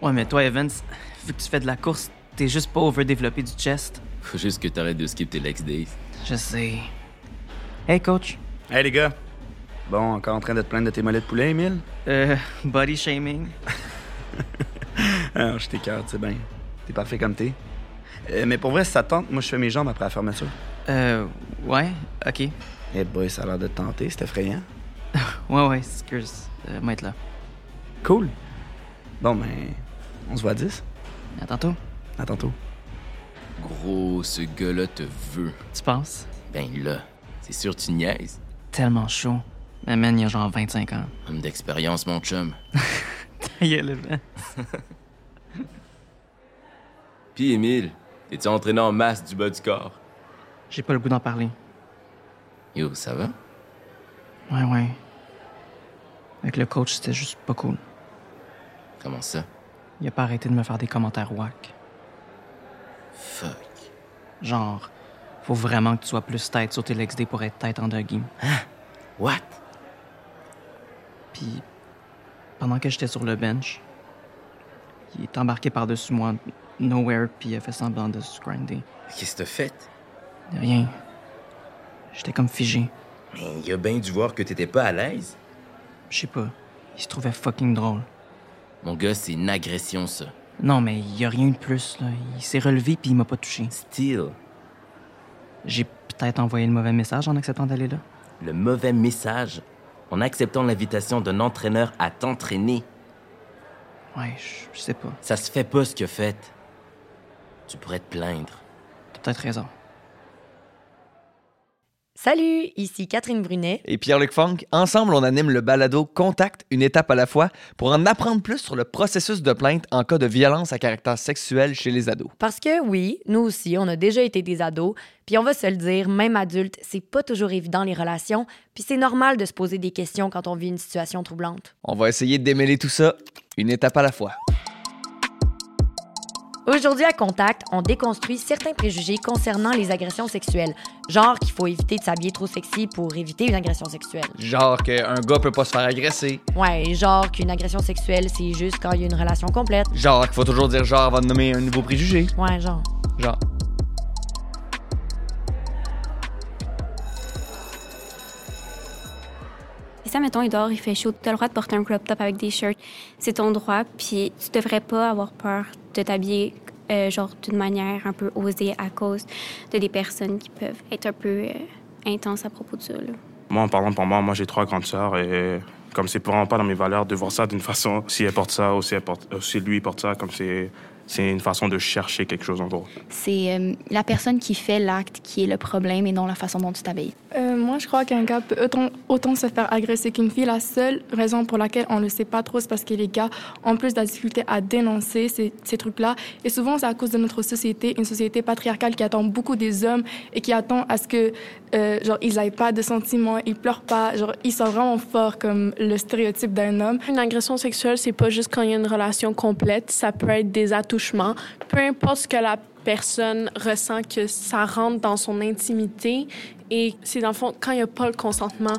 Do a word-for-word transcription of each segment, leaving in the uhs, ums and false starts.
Ouais, mais toi, Evans, vu que tu fais de la course, t'es juste pas overdéveloppé du chest. Faut juste que t'arrêtes de skip tes legs days. Je sais. Hey, coach. Hey, les gars. Bon, encore en train de te plaindre de tes mollets de poulet, Émile? Euh, body shaming. Ah, je t'écarte, c'est bien. T'es parfait comme t'es. Euh, mais pour vrai, si ça te tente, moi, je fais mes jambes après la fermeture. Euh, ouais, ok. Eh boy, ça a l'air de te tenter, c'est effrayant. Ouais, ouais, excuse. Euh, moi être là. Cool. Bon, ben, on se voit à dix. À tantôt. À tantôt. Gros, ce gars-là te veut. Tu penses? Ben là, c'est sûr tu niaises. Tellement chaud. Mais man, il y a genre vingt-cinq ans. Homme d'expérience, mon chum. Ta gueule, Evans. Pis Émile, t'es-tu entraîné en masse du bas du corps? J'ai pas le goût d'en parler. Yo, ça va? Ouais, ouais. Avec le coach, c'était juste pas cool. Comment ça? Il a pas arrêté de me faire des commentaires whack. Fuck. Genre, faut vraiment que tu sois plus tête sur tes legs day pour être tête en doggy. Hein? What? Puis, pendant que j'étais sur le bench, il est embarqué par-dessus moi, nowhere, puis il a fait semblant de se grinder. Qu'est-ce que t'as fait? Rien. J'étais comme figé. Mais il a bien dû voir que t'étais pas à l'aise. Je sais pas. Il se trouvait fucking drôle. Mon gars, c'est une agression, ça. Non, mais il y a rien de plus, là. Il s'est relevé puis il m'a pas touché. Still. J'ai peut-être envoyé le mauvais message en acceptant d'aller là. Le mauvais message en acceptant l'invitation d'un entraîneur à t'entraîner. Ouais, je- je sais pas. Ça se fait pas ce qu'il a fait. Tu pourrais te plaindre. T'as peut-être raison. Salut, ici Catherine Brunet. Et Pierre-Luc Funk, ensemble, on anime le balado Contact, une étape à la fois, pour en apprendre plus sur le processus de plainte en cas de violence à caractère sexuel chez les ados. Parce que oui, nous aussi, on a déjà été des ados, puis on va se le dire, même adulte, c'est pas toujours évident les relations, puis c'est normal de se poser des questions quand on vit une situation troublante. On va essayer de démêler tout ça, une étape à la fois. Aujourd'hui à Contact, on déconstruit certains préjugés concernant les agressions sexuelles, genre qu'il faut éviter de s'habiller trop sexy pour éviter une agression sexuelle. Genre qu'un gars peut pas se faire agresser. Ouais, genre qu'une agression sexuelle, c'est juste quand il y a une relation complète. Genre qu'il faut toujours dire genre avant de nommer un nouveau préjugé. Ouais, genre. Genre. Et ça, mettons, il dort, il fait chaud, t'as le droit de porter un crop top avec des shirts. C'est ton droit, puis tu devrais pas avoir peur de t'habiller euh, genre d'une manière un peu osée à cause de des personnes qui peuvent être un peu euh, intenses à propos de ça, là. Moi, en parlant pour moi, moi j'ai trois grandes sœurs et comme c'est vraiment pas dans mes valeurs de voir ça d'une façon, si elle porte ça ou si, elle porte, euh, si lui porte ça, comme c'est, c'est une façon de chercher quelque chose en gros. C'est euh, la personne qui fait l'acte qui est le problème et non la façon dont tu t'habilles. Euh, moi, je crois qu'un gars peut autant, autant se faire agresser qu'une fille. La seule raison pour laquelle on ne le sait pas trop, c'est parce que les gars ont plus de la difficulté à dénoncer ces, ces trucs-là. Et souvent, c'est à cause de notre société, une société patriarcale qui attend beaucoup des hommes et qui attend à ce que, euh, genre, ils n'aient pas de sentiments, ils pleurent pas. Genre, ils sont vraiment forts comme le stéréotype d'un homme. Une agression sexuelle, c'est pas juste quand il y a une relation complète. Ça peut être des attouchements. Peu importe ce que la personne ressent, que ça rentre dans son intimité. Et c'est dans le fond quand il n'y a pas le consentement.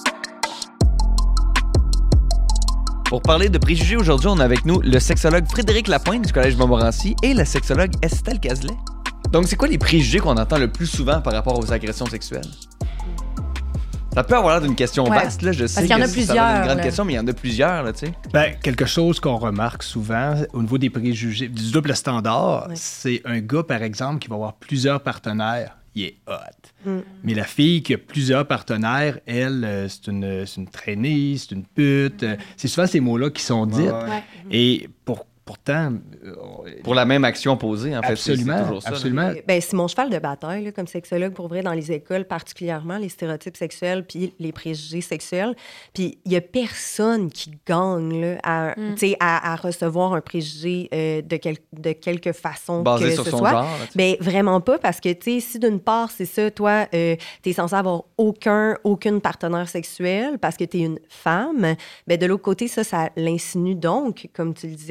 Pour parler de préjugés, aujourd'hui, on a avec nous le sexologue Frédéric Lapointe du Collège Montmorency et la sexologue Estelle Cazelet. Donc, c'est quoi les préjugés qu'on entend le plus souvent par rapport aux agressions sexuelles? Ça peut avoir l'air d'une question Ouais, vaste, là. Je sais qu'il y en que a ça plusieurs, va être une grande là. question, mais il y en a plusieurs, là, tu sais. Ben, quelque chose qu'on remarque souvent au niveau des préjugés, du double standard, Ouais. c'est un gars, par exemple, qui va avoir plusieurs partenaires. Il est hot. Mm. Mais la fille qui a plusieurs partenaires, elle, euh, c'est une, c'est une traînée, c'est une pute. euh, C'est souvent ces mots-là qui sont dits. Ouais. Et pour, pourtant... euh, Pour la même action posée, en fait. c'est- absolument, c'est toujours ça, là. absolument. Ben, c'est mon cheval de bataille, là, comme sexologue, pour vrai, dans les écoles, particulièrement les stéréotypes sexuels puis les préjugés sexuels. Puis il y a personne qui gagne là, à, Mm. tu sais, à, à recevoir un préjugé euh, de, quel- de quelque façon Basé que sur ce son soit. genre, là, tu sais. Ben, vraiment pas, parce que, tu sais, si d'une part, c'est ça, toi, euh, t'es censé avoir aucun, aucune partenaire sexuel parce que t'es une femme, ben, de l'autre côté, ça, ça l'insinue donc, comme tu le disais, Frédéric,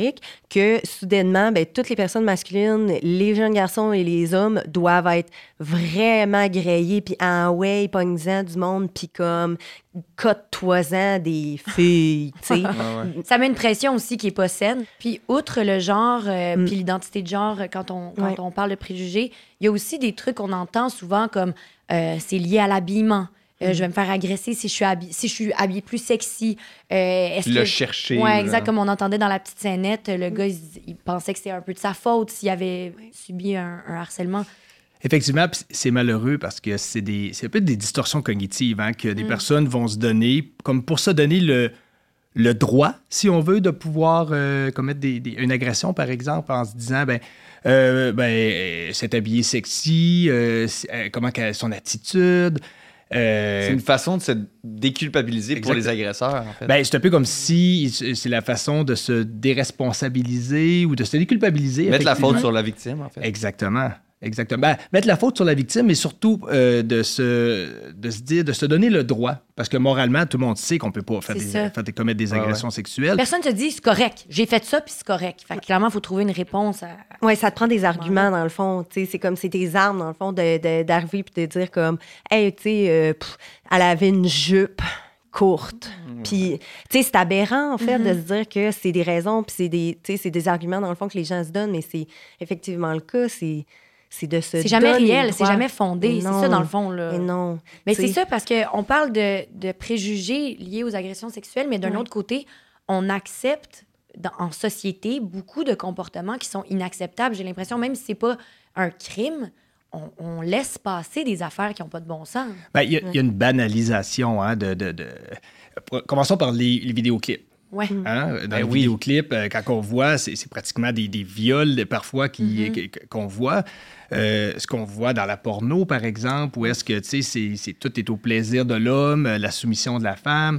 catégorique que soudainement, ben, toutes les personnes masculines, les jeunes garçons et les hommes doivent être vraiment grillés, puis en way, pogne-en du monde, puis comme cote-toi-en des filles, tu sais. Ouais, ouais. Ça met une pression aussi qui est pas saine. Puis outre le genre, euh, mm. puis l'identité de genre, quand on, quand ouais. on parle de préjugés, il y a aussi des trucs qu'on entend souvent comme euh, c'est lié à l'habillement. Euh, je vais me faire agresser si je suis habillée, si je suis habillée plus sexy. Euh, est-ce le que... chercher. Oui, exact. Comme on entendait dans la petite scénette, le mm. gars, il, il pensait que c'était un peu de sa faute s'il avait oui. subi un, un harcèlement. Effectivement, c'est malheureux parce que c'est, des, c'est un peu des distorsions cognitives hein, que des mm. personnes vont se donner, comme pour se donner le, le droit, si on veut, de pouvoir euh, commettre des, des, une agression, par exemple, en se disant, ben, euh, ben, c'est habillé sexy, euh, c'est, comment qu'elle, son attitude... Euh, c'est une façon de se déculpabiliser exact. Pour les agresseurs, en fait. Ben, c'est un peu comme si c'est la façon de se déresponsabiliser ou de se déculpabiliser. Mettre la faute sur la victime, en fait. Exactement. Exactement. Ben, mettre la faute sur la victime, mais surtout euh, de, se, de se dire, de se donner le droit. Parce que moralement, tout le monde sait qu'on ne peut pas faire des, faire des, commettre des agressions ah ouais. sexuelles. Personne ne te dit, c'est correct. J'ai fait ça, puis c'est correct. Fait que clairement, il faut trouver une réponse. À... Oui, ça te prend des arguments, dans le fond. T'sais, c'est comme, c'est tes armes, dans le fond, de, de, d'arriver puis de dire comme, hey, tu sais, euh, elle avait une jupe courte. Mmh. Puis, tu sais, c'est aberrant, en fait, mmh. de se dire que c'est des raisons, puis c'est des, c'est des arguments, dans le fond, que les gens se donnent, mais c'est effectivement le cas. C'est... C'est de se C'est jamais réel, c'est jamais fondé. C'est ça, dans le fond. Là. Mais non. Mais c'est ça parce qu'on parle de, de préjugés liés aux agressions sexuelles, mais d'un ouais. autre côté, on accepte dans, en société beaucoup de comportements qui sont inacceptables. J'ai l'impression, même si c'est pas un crime, on, on laisse passer des affaires qui n'ont pas de bon sens. Il y, ouais. y a une banalisation hein, de, de, de... Commençons par les, les vidéoclips. Ouais. Hein? Dans ben les oui. vidéoclips, quand on voit, c'est, c'est pratiquement des, des viols parfois qui, mm-hmm. qu'on voit. Euh, ce qu'on voit dans la porno, par exemple, où est-ce que, tu sais, c'est, c'est, tout est au plaisir de l'homme, la soumission de la femme.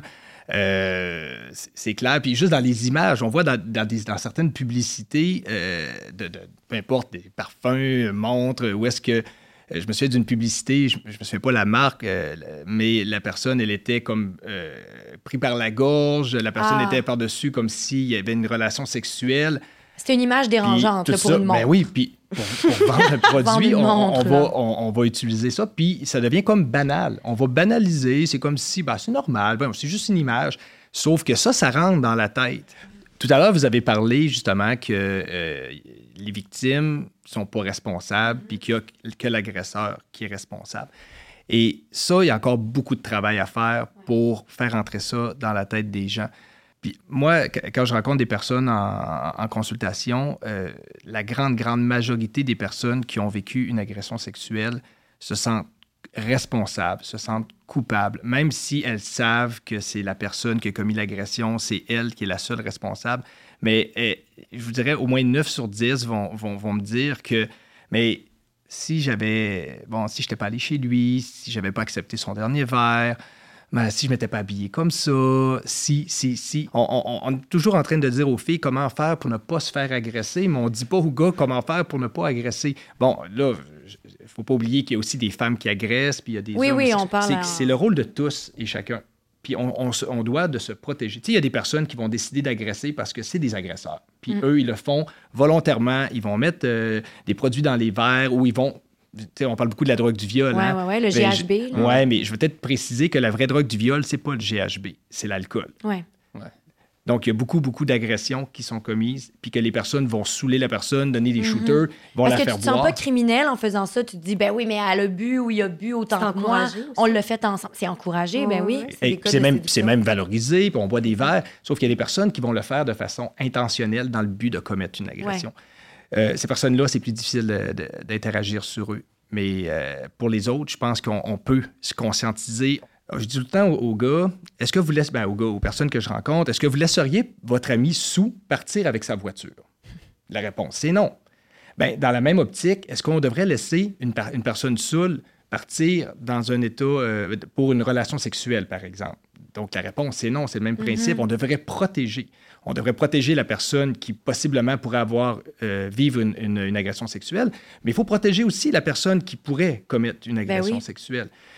Euh, c'est, c'est clair. Puis juste dans les images, on voit dans, dans, des, dans certaines publicités, euh, de, de, peu importe, des parfums, montres, où est-ce que... Je me souviens d'une publicité, je ne me souviens pas la marque, euh, mais la personne, elle était comme euh, prise par la gorge, la personne ah. était par-dessus comme s'il y avait une relation sexuelle. C'était une image dérangeante là, pour ça, une montre. Ben oui, puis pour, pour vendre un produit, on, montre, on, va, on, on va utiliser ça, puis ça devient comme banal. On va banaliser, c'est comme si, ben, c'est normal, ben, c'est juste une image. Sauf que ça, ça rentre dans la tête. Tout à l'heure, vous avez parlé justement que euh, les victimes ne sont pas responsables puis qu'il y a que l'agresseur qui est responsable. Et ça, il y a encore beaucoup de travail à faire pour faire entrer ça dans la tête des gens. Puis moi, quand je rencontre des personnes en, en consultation, euh, la grande, grande majorité des personnes qui ont vécu une agression sexuelle se sentent responsables, se sentent coupables, même si elles savent que c'est la personne qui a commis l'agression, c'est elle qui est la seule responsable. Mais eh, je vous dirais, au moins neuf sur dix vont, vont, vont me dire que, mais si j'avais, bon, si je n'étais pas allé chez lui, si je n'avais pas accepté son dernier verre, ben, si je ne m'étais pas habillé comme ça, si, si, si. On, on, on est toujours en train de dire aux filles comment faire pour ne pas se faire agresser, mais on ne dit pas aux gars comment faire pour ne pas agresser. Bon, là, il ne faut pas oublier qu'il y a aussi des femmes qui agressent, puis il y a des oui, hommes. Oui, on parle. C'est, c'est le rôle de tous et chacun. Puis on, on, on doit de se protéger. Tu sais, il y a des personnes qui vont décider d'agresser parce que c'est des agresseurs. Puis mm. eux, ils le font volontairement. Ils vont mettre euh, des produits dans les verres ou ils vont... T'sais, on parle beaucoup de la drogue du viol. Oui, hein? oui, oui, le G H B. Oui, mais je veux peut-être préciser que la vraie drogue du viol, c'est pas le G H B, c'est l'alcool. Oui. Ouais. Donc, il y a beaucoup, beaucoup d'agressions qui sont commises, puis que les personnes vont saouler la personne, donner des mm-hmm. shooters, vont Parce la que faire tu te boire. sens pas criminel en faisant ça. Tu te dis, ben oui, mais elle a bu ou il a bu autant que moi. On l'a fait ensemble. C'est encouragé, oh, ben oui. C'est, Et c'est, même, c'est même valorisé, puis on boit des verres. Sauf qu'il y a des personnes qui vont le faire de façon intentionnelle dans le but de commettre une agression. Ouais. Euh, ces personnes-là, c'est plus difficile de, de, d'interagir sur eux. Mais euh, pour les autres, je pense qu'on on peut se conscientiser. Je dis tout le temps aux, aux gars, est-ce que vous laissez, ben, aux gars, aux personnes que je rencontre, est-ce que vous laisseriez votre ami sous partir avec sa voiture? La réponse, c'est non. Ben, dans la même optique, est-ce qu'on devrait laisser une, une personne saoule partir dans un état euh, pour une relation sexuelle, par exemple? Donc, la réponse, c'est non. C'est le même principe. Mm-hmm. On devrait protéger. On devrait protéger la personne qui, possiblement, pourrait avoir, euh, vivre une, une, une agression sexuelle. Mais il faut protéger aussi la personne qui pourrait commettre une agression ben oui. sexuelle.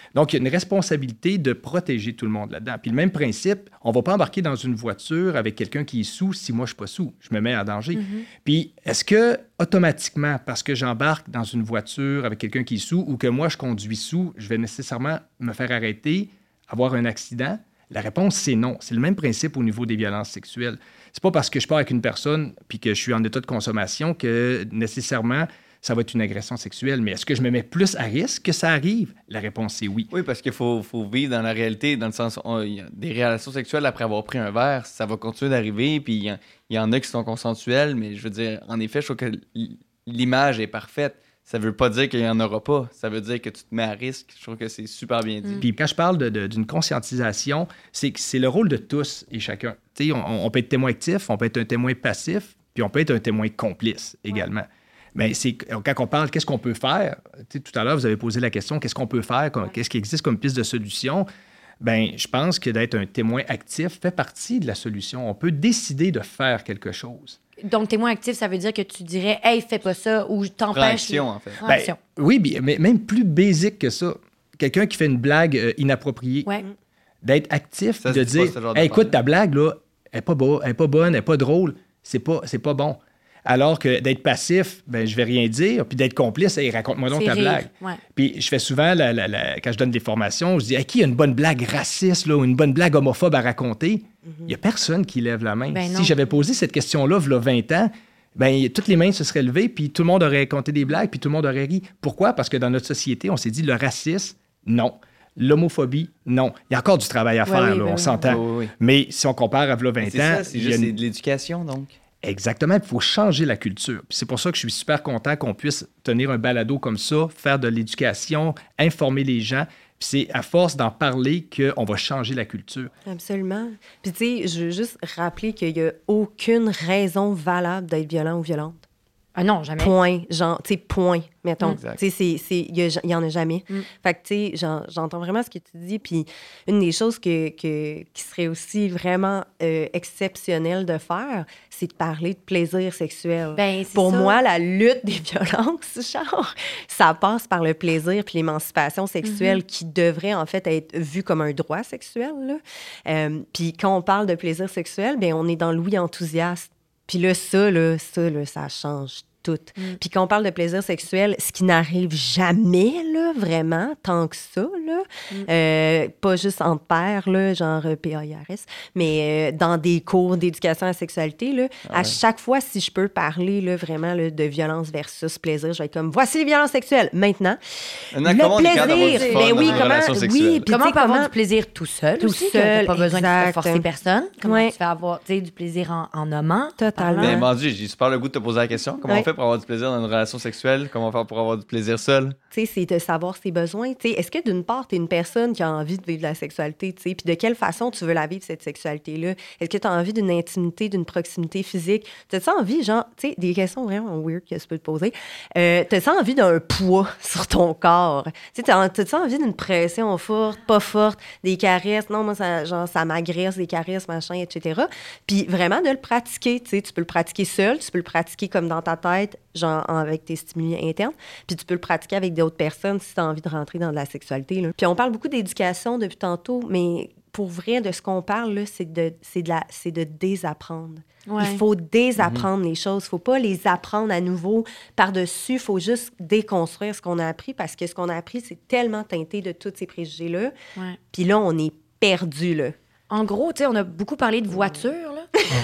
Donc, il y a une responsabilité de protéger tout le monde là-dedans. Puis le même principe, on ne va pas embarquer dans une voiture avec quelqu'un qui est sous si moi, je ne suis pas sous. Je me mets en danger. Mm-hmm. Puis est-ce que, automatiquement, parce que j'embarque dans une voiture avec quelqu'un qui est sous ou que moi, je conduis sous, je vais nécessairement me faire arrêter, avoir un accident? La réponse, c'est non. C'est le même principe au niveau des violences sexuelles. C'est pas parce que je pars avec une personne puis que je suis en état de consommation que nécessairement ça va être une agression sexuelle. Mais est-ce que je me mets plus à risque que ça arrive? La réponse, c'est oui. Oui, parce qu'il faut, faut vivre dans la réalité, dans le sens où il y a des relations sexuelles après avoir pris un verre, ça va continuer d'arriver, puis il y, il y en a qui sont consensuelles, mais je veux dire, en effet, je trouve que l'image est parfaite. Ça veut pas dire qu'il n'y en aura pas. Ça veut dire que tu te mets à risque. Je trouve que c'est super bien dit. Mm. Puis quand je parle de, de, d'une conscientisation, c'est que c'est le rôle de tous et chacun. Tu sais, on, on peut être témoin actif, on peut être un témoin passif, puis on peut être un témoin complice également. Ouais. Mais c'est, quand on parle, qu'est-ce qu'on peut faire? Tu sais, tout à l'heure, vous avez posé la question, qu'est-ce qu'on peut faire? Ouais. Qu'est-ce qui existe comme piste de solution? Bien, je pense que d'être un témoin actif fait partie de la solution. On peut décider de faire quelque chose. Donc, témoin actif, ça veut dire que tu dirais « Hey, fais pas ça » ou « T'empêches... » Action, en fait. Ben, oui, mais même plus basique que ça. Quelqu'un qui fait une blague euh, inappropriée. Ouais. D'être actif, ça, de dire « Hey, écoute, ta blague, là, elle n'est pas, beau, elle est pas bonne, elle n'est pas drôle. C'est pas, c'est pas bon. » Alors que d'être passif, ben je vais rien dire. Puis d'être complice, hey, raconte-moi donc c'est ta rire. blague. Ouais. Puis je fais souvent, la, la, la, quand je donne des formations, je dis, hey, qui a une bonne blague raciste là, ou une bonne blague homophobe à raconter? Il mm-hmm. n'y a personne qui lève la main. Ben si j'avais posé cette question-là, il y a vingt ans, ben toutes les mains se seraient levées, puis tout le monde aurait compté des blagues, puis tout le monde aurait ri. Pourquoi? Parce que dans notre société, on s'est dit, le racisme, non. L'homophobie, non. Il y a encore du travail à faire, ouais, oui, là, ben on oui. s'entend. Oui, oui. Mais si on compare à vingt ans... C'est ça, c'est juste une... de l'éducation, donc. Exactement, il faut changer la culture. Puis c'est pour ça que je suis super content qu'on puisse tenir un balado comme ça, faire de l'éducation, informer les gens. Puis c'est à force d'en parler qu'on va changer la culture. Absolument. Puis tu sais, je veux juste rappeler qu'il n'y a aucune raison valable d'être violent ou violente. Ah non, jamais. Point. Genre, tu sais, point, mettons. Tu sais, il n'y en a jamais. Mm. Fait que, tu sais, j'entends vraiment ce que tu dis. Puis une des choses que, que, qui serait aussi vraiment euh, exceptionnelle de faire, c'est de parler de plaisir sexuel. Ben, Pour ça. moi, la lutte des violences, genre, ça passe par le plaisir puis l'émancipation sexuelle mm-hmm. qui devrait, en fait, être vue comme un droit sexuel. Là. Euh, puis quand on parle de plaisir sexuel, bien, on est dans l'ouïe enthousiaste. Puis là, ça, là, ça, là, ça change tout. Mm. Puis quand on parle de plaisir sexuel, ce qui n'arrive jamais, là, vraiment, tant que ça, là, mm. euh, pas juste entre pairs, là, genre P A I R S, mais euh, dans des cours d'éducation à la sexualité, là, ah ouais. à chaque fois, si je peux parler, là, vraiment, là, de violence versus plaisir, je vais être comme, voici les violences sexuelles, maintenant. Maintenant le comment plaisir, mais ben oui, comment, oui, comment on peut avoir du plaisir tout seul tout aussi, seul, t'as pas besoin exact. de forcer personne. Comment ouais. tu fais avoir, tu sais, du plaisir en, en nommant? Totalement. Mais mon Dieu, j'ai super le goût de te poser la question. Comment ouais. on fait pour avoir du plaisir dans une relation sexuelle? Comment faire pour avoir du plaisir seul? Tu sais, c'est de savoir ses besoins. Tu sais, est-ce que d'une part, tu es une personne qui a envie de vivre la sexualité, tu sais, puis de quelle façon tu veux la vivre, cette sexualité-là? Est-ce que tu as envie d'une intimité, d'une proximité physique? T'as-tu envie, genre, tu sais, des questions vraiment weird que tu peux te poser. Euh, t'as-tu envie d'un poids sur ton corps? Tu sais, t'as-tu envie d'une pression forte, pas forte, des caresses? Non, moi, ça, genre, ça m'agresse, des caresses, machin, et cetera. Puis vraiment de le pratiquer, tu sais, tu peux le pratiquer seul, tu peux le pratiquer comme dans ta tête, genre avec tes stimuli internes, puis tu peux le pratiquer avec d'autres personnes si tu as envie de rentrer dans de la sexualité. Là. Puis on parle beaucoup d'éducation depuis tantôt, mais pour vrai, de ce qu'on parle, là, c'est, de, c'est, de la, c'est de désapprendre. Ouais. Il faut désapprendre mm-hmm. les choses. Il ne faut pas les apprendre à nouveau par-dessus. Il faut juste déconstruire ce qu'on a appris parce que ce qu'on a appris, c'est tellement teinté de tous ces préjugés-là. Ouais. Puis là, on est perdu, là. En gros, tu sais, on a beaucoup parlé de voiture, là.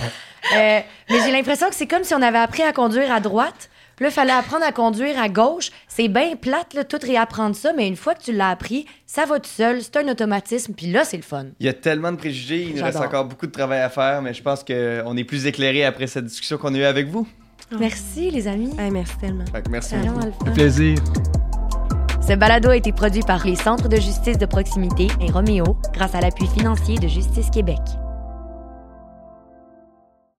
euh, mais j'ai l'impression que c'est comme si on avait appris à conduire à droite. Puis là, il fallait apprendre à conduire à gauche. C'est bien plate, là, tout réapprendre ça, mais une fois que tu l'as appris, ça va tout seul, c'est un automatisme, puis là, c'est le fun. Il y a tellement de préjugés, il nous J'adore. reste encore beaucoup de travail à faire, mais je pense qu'on est plus éclairés après cette discussion qu'on a eue avec vous. Oh. Merci, les amis. Hey, merci tellement. Fait que merci beaucoup. Un plaisir. Ce balado a été produit par les Centres de justice de proximité et Roméo grâce à l'appui financier de Justice Québec.